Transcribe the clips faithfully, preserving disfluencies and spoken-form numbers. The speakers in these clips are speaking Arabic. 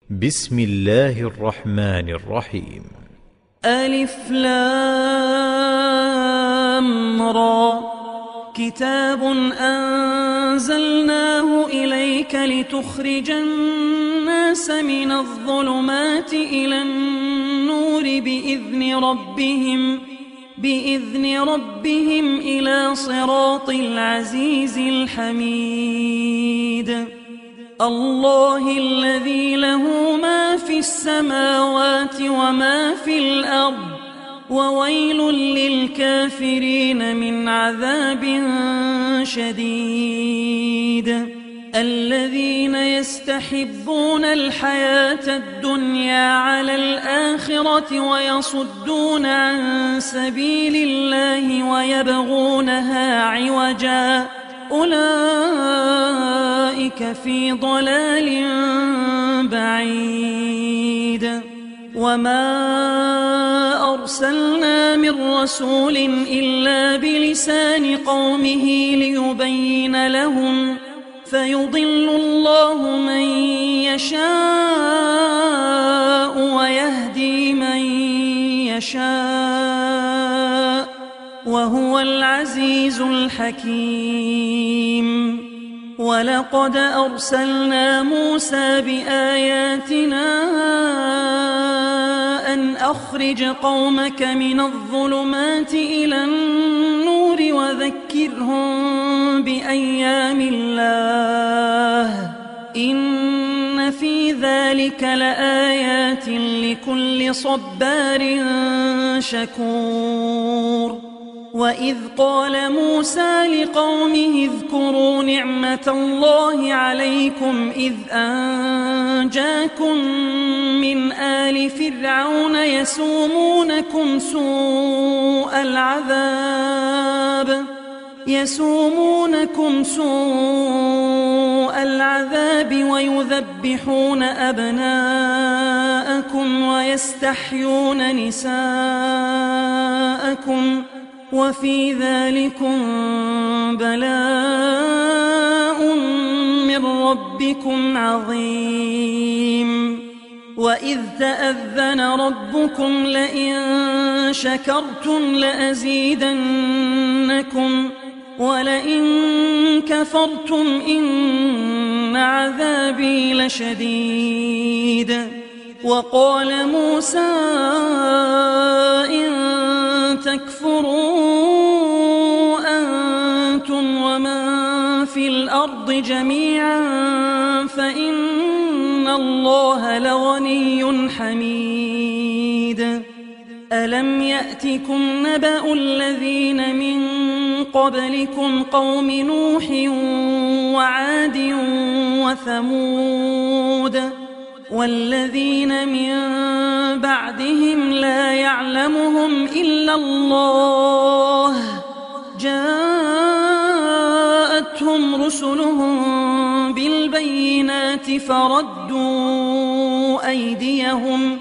بسم الله الرحمن الرحيم. ألف لام را. كتاب أنزلناه إليك لتخرج الناس من الظلمات إلى النور بإذن ربهم بإذن ربهم إلى صراط العزيز الحميد. الله الذي له ما في السماوات وما في الأرض وويل للكافرين من عذاب شديد. الذين يستحبون الحياة الدنيا على الآخرة ويصدون عن سبيل الله ويبغونها عوجا أولئك في ضلال بعيد. وما أرسلنا من رسول إلا بلسان قومه ليبين لهم فيضل الله من يشاء ويهدي من يشاء وهو العزيز الحكيم. ولقد أرسلنا موسى بآياتنا أن أخرج قومك من الظلمات إلى النور وذكرهم بأيام الله إن في ذلك لآيات لكل صبار شكور. وإذ قال موسى لقومه اذكروا نعمة الله عليكم إذ أنجاكم من آل فرعون يسومونكم سوء العذاب يسومونكم سوء العذاب ويذبحون أبناءكم ويستحيون نساءكم وفي ذلكم بلاء من ربكم عظيم. وإذ تأذن ربكم لئن شكرتم لأزيدنكم ولئن كفرتم إن عذابي لشديد. وقال موسى إن تكفروا أنتم ومن في الأرض جميعا فإن الله لغني حميد. ألم يأتكم نبأ الذين من قبلكم قوم نوح وعاد وثمود والذين من بعدهم لا يعلمهم إلا الله جاءتهم رسلهم بالبينات فردوا أيديهم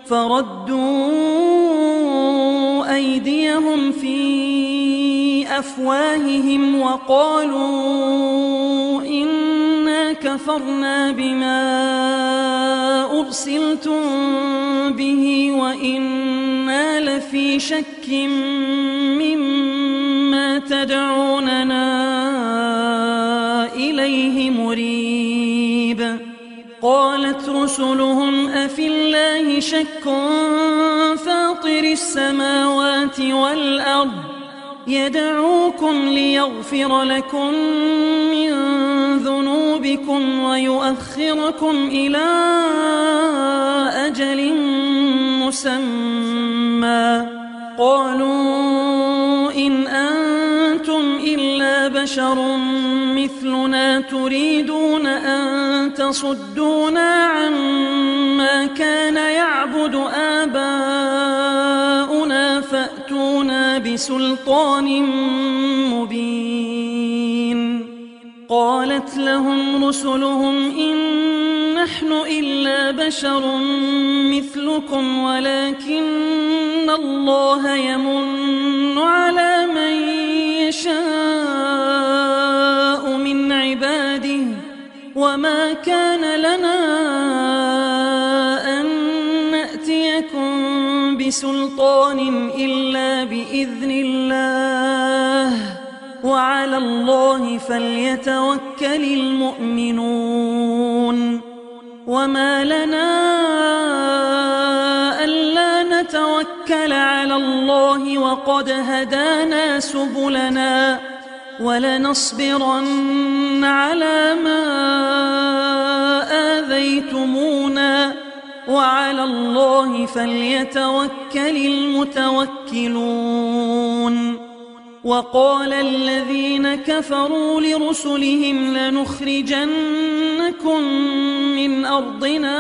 فردوا أيديهم في أفواههم وقالوا إنا كفرنا بما أرسلتم به وإنا لفي شك مما تدعوننا إليه مريب. قالت رسلهم أفي الله شك فاطر السماوات والأرض يدعوكم ليغفر لكم من ذنوبكم ويؤخركم إلى أجل مسمى قالوا إن أنتم إلا بشر مثلنا تريدون أن تصدونا عما كان يعبد آباؤنا فأتونا بسلطان مبين. قالت لهم رسلهم إن نحن إلا بشر مثلكم ولكن الله يمن على من يشاء من عباده وما كان لنا بسلطان إلا بإذن الله وعلى الله فليتوكل المؤمنون. وما لنا ألا نتوكل على الله وقد هدانا سبلنا ولنصبرن على ما آذيتمونا وعلى الله فليتوكل المتوكلون. وقال الذين كفروا لرسلهم لنخرجنكم من أرضنا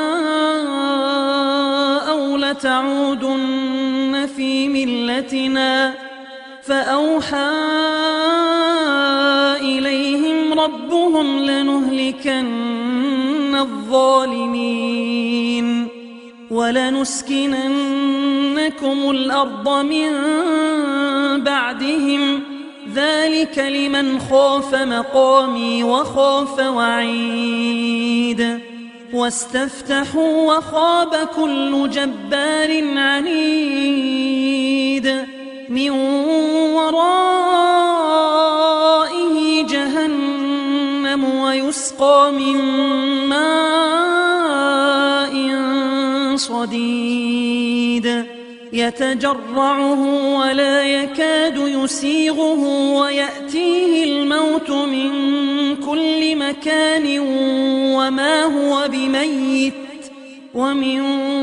أو لتعودن في ملتنا فأوحى إليهم ربهم لنهلكن الظالمين ولنسكننكم الأرض من بعدهم ذلك لمن خاف مقامي وخاف وعيد. واستفتحوا وخاب كل جبار عنيد من ورائه جهنم ويسقى من ماء صديد يتجرعه ولا يكاد يسيغه ويأتيه الموت من كل مكان وما هو بميت ومن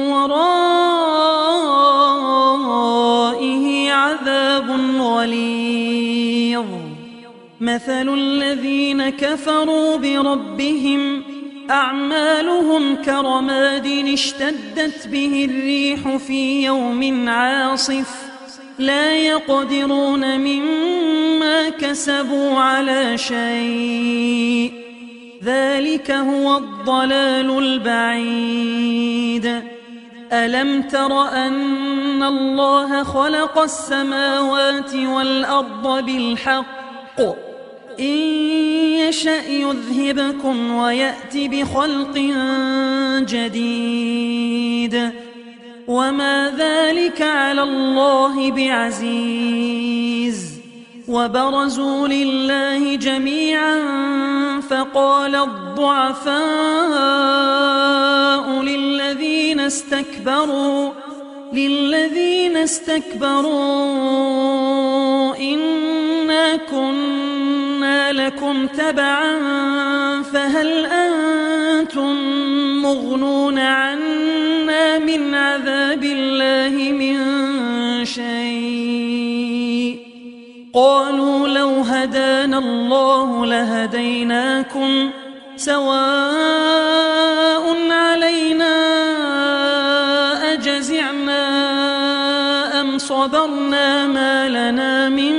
ورائه عذاب غليظ. مثل الذين كفروا بربهم أعمالهم كرماد اشتدت به الريح في يوم عاصف لا يقدرون مما كسبوا على شيء ذلك هو الضلال البعيد. ألم تر أن الله خلق السماوات والأرض بالحق إن يشأ يذهبكم ويأت بخلق جديد وما ذلك على الله بعزيز. وبرزوا لله جميعا فقال الضعفاء للذين استكبروا للذين استكبروا إنا كنا لكم تبعا فهل أنتم مغنون عنا من عذاب الله من شيء قالوا لو هدانا الله لهديناكم سواء علينا أجزعنا أم صبرنا ما لنا من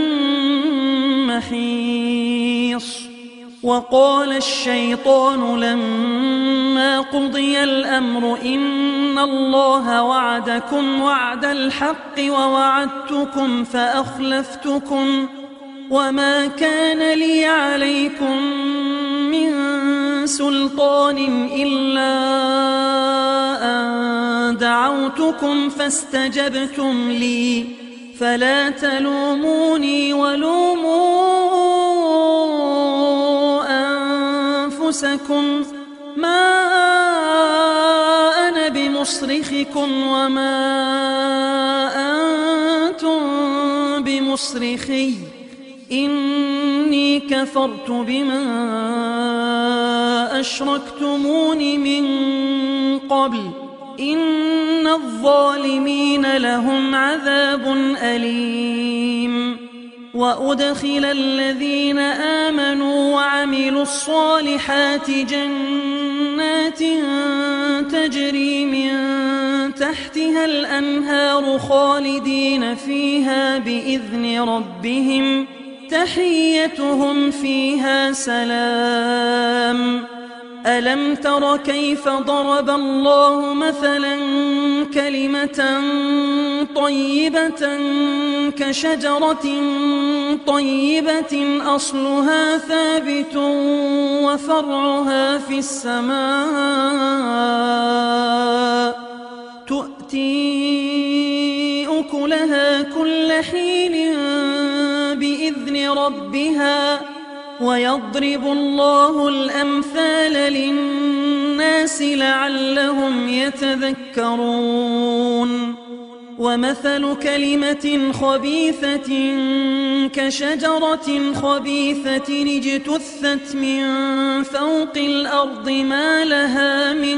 محيص. وقال الشيطان لما قضي الأمر إن الله وعدكم وعد الحق ووعدتكم فأخلفتكم وما كان لي عليكم من سلطان إلا أن دعوتكم فاستجبتم لي فلا تلوموني ولوموا أنفسكم ما أنا بمصرخكم وما أنتم بمصرخي إني كفرت بما أشركتمون من قبل إن الظالمين لهم عذاب أليم. وأدخل الذين آمنوا وعملوا الصالحات جنات تجري من تحتها الأنهار خالدين فيها بإذن ربهم تحيتهم فيها سلام. ألم تر كيف ضرب الله مثلا كلمة طيبة كشجرة طيبة أصلها ثابت وفرعها في السماء تؤتي حين بإذن ربها ويضرب الله الأمثال للناس لعلهم يتذكرون ومثل كلمة خبيثة كشجرة خبيثة اجتثت من فوق الأرض ما لها من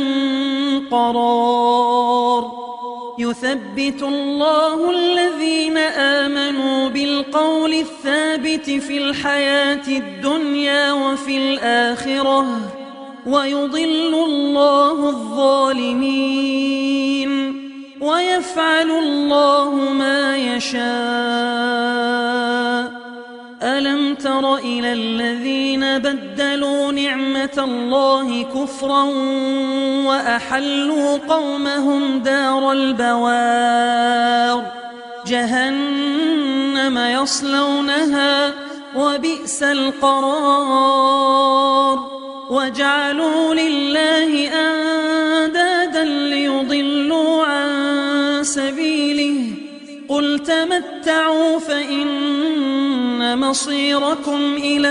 قرار يثبت الله الذين آمنوا بالقول الثابت في الحياة الدنيا وفي الآخرة ويضل الله الظالمين ويفعل الله ما يشاء ألم تر إلى الذين بدلوا نعمة الله كفرا وأحلوا قومهم دار البوار جهنم يصلونها وبئس القرار وجعلوا لله أندادا ليضلوا عن سبيله قل تمتعوا فإن مصيركم إلى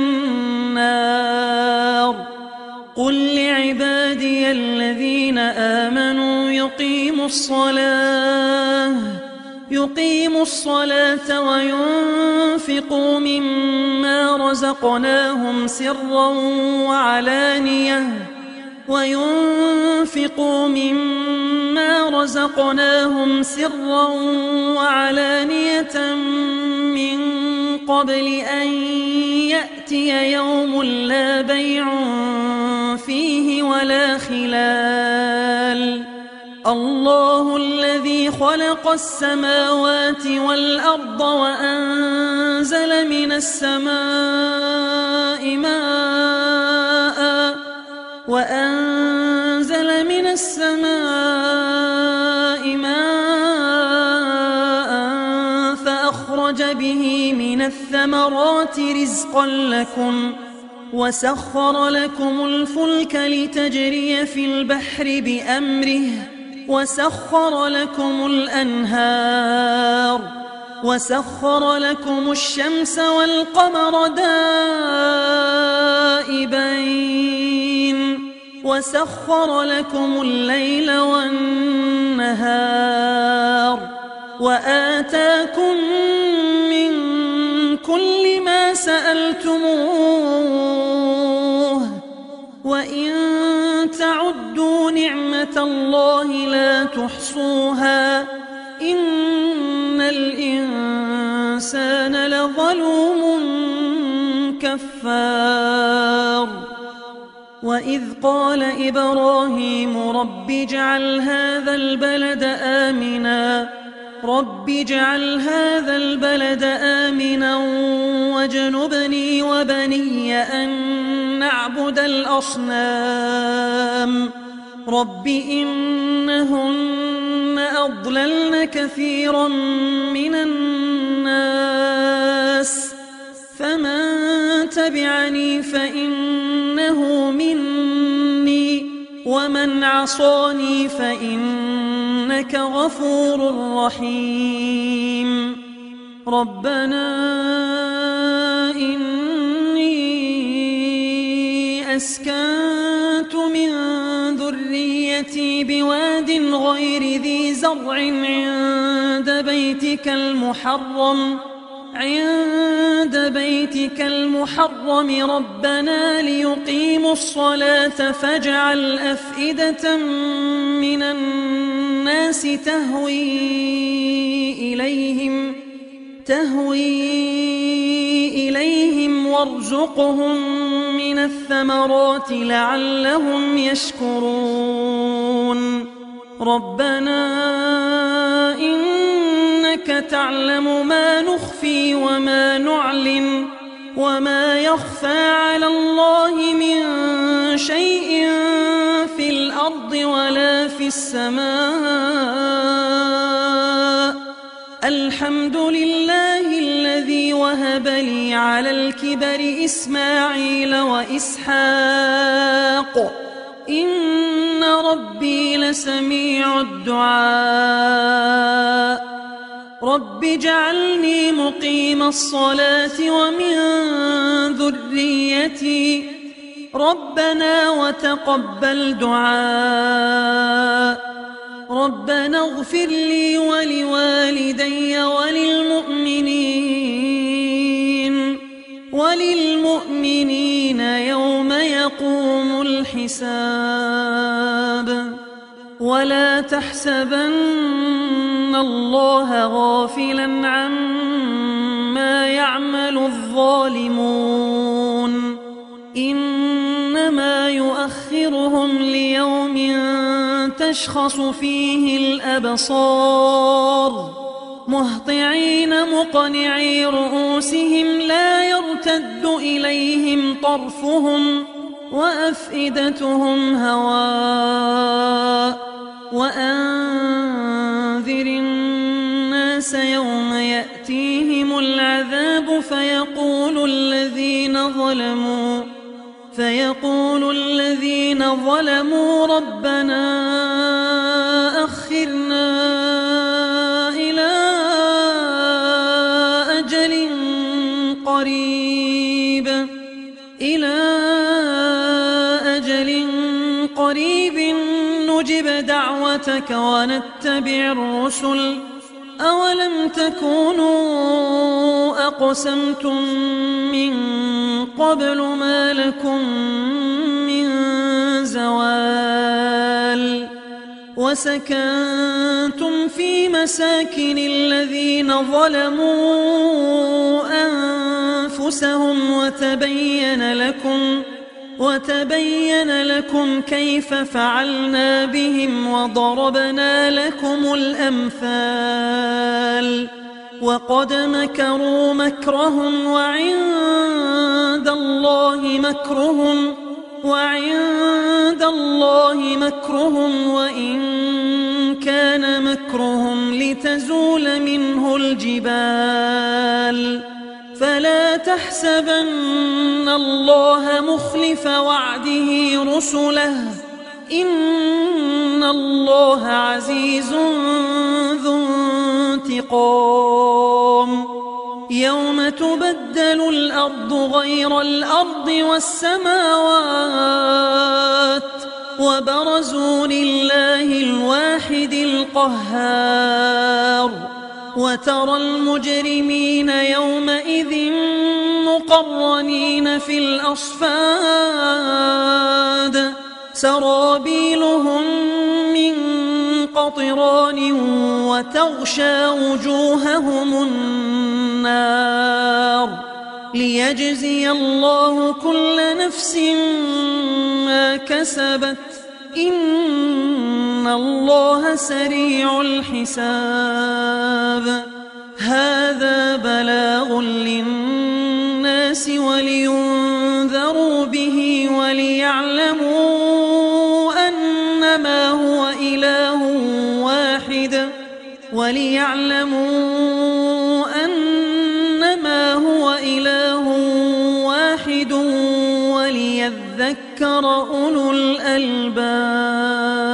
النار قل لعبادي الذين آمنوا يقيموا الصلاة يقيموا الصلاة وينفقوا مما رزقناهم سرا وعلانية وينفقوا مما رزقناهم سرا وعلانية من قبل أن يأتي يوم لا بيع فيه ولا خلال الله الذي خلق السماوات والأرض وأنزل من السماء ماء وأنزل من السماء ماء فأخرج به من الثمرات رزقا لكم وسخر لكم الفلك لتجري في البحر بأمره وسخر لكم الأنهار وسخر لكم الشمس والقمر دائبين وسخر لكم الليل والنهار وآتاكم من كل ما سألتموه وإن تعدوا نعمة الله لا تحصوها إن الإنسان لظلوم كفار وإذ قال إبراهيم رب اجعل هذا البلد آمنا رب اجعل هذا البلد آمنا واجنبني وبني أن نعبد الأصنام رب إنهن أضللن كثيرا من الناس فمن تبعني فإنه مني ومن عصاني فإنك غفور رحيم ربنا إني أسكنت من ذريتي بواد غير ذي زرع عند بيتك المحرم عند بيتك المحرم ربنا ليقيموا الصلاة فاجعل أفئدة من الناس تهوي إليهم تهوي إليهم وارزقهم من الثمرات لعلهم يشكرون ربنا إنك تعلم ما نخفي وما نعلن وما يخفى على الله من شيء في الأرض ولا في السماء الحمد لله الذي وهب لي على الكبر إسماعيل وإسحاق إن ربي لسميع الدعاء رب اجعلني مقيم الصلاة ومن ذريتي ربنا وتقبل دعاء ربنا اغفر لي ولوالدي وللمؤمنين وللمؤمنين يوم يقوم الحساب ولا تحسبن الله غافلا عما يعمل الظالمون إنما يؤخرهم ليوم تشخص فيه الأبصار مهطعين مقنعي رؤوسهم لا يرتد إليهم طرفهم وأفئدتهم هواء وأنذر الناس يوم يأتيهم العذاب فيقول الذين ظلموا فيقول الذين ظلموا ربنا أخرنا إلى أجل قريب إلى أجل قريب نجب دعوتك ونتبع الرسل أولم تكونوا أقسمتم من قبل ما لكم من زوال وسكنتم في مساكن الذين ظلموا أنفسهم وتبين لكم وتبين لكم كيف فعلنا بهم وضربنا لكم الأمثال وقد مكروا مكرهم وعند الله مكرهم وعند الله مكرهم وإن كان مكرهم لتزول منه الجبال فلا تحسبن الله مخلف وعده رسله إن الله عزيز ذو انتقام يوم تبدل الأرض غير الأرض والسماوات وبرزوا لله الواحد القهار وترى المجرمين يومئذ مقرنين في الأصفاد سرابيلهم من قطران وتغشى وجوههم النار ليجزي الله كل نفس ما كسبت إن الله سريع الحساب هذا بلاغ للناس ولينذروا به وليعلموا أنما هو إله واحد وليعلموا أنما هو إله واحد وليذكر أولو الألباب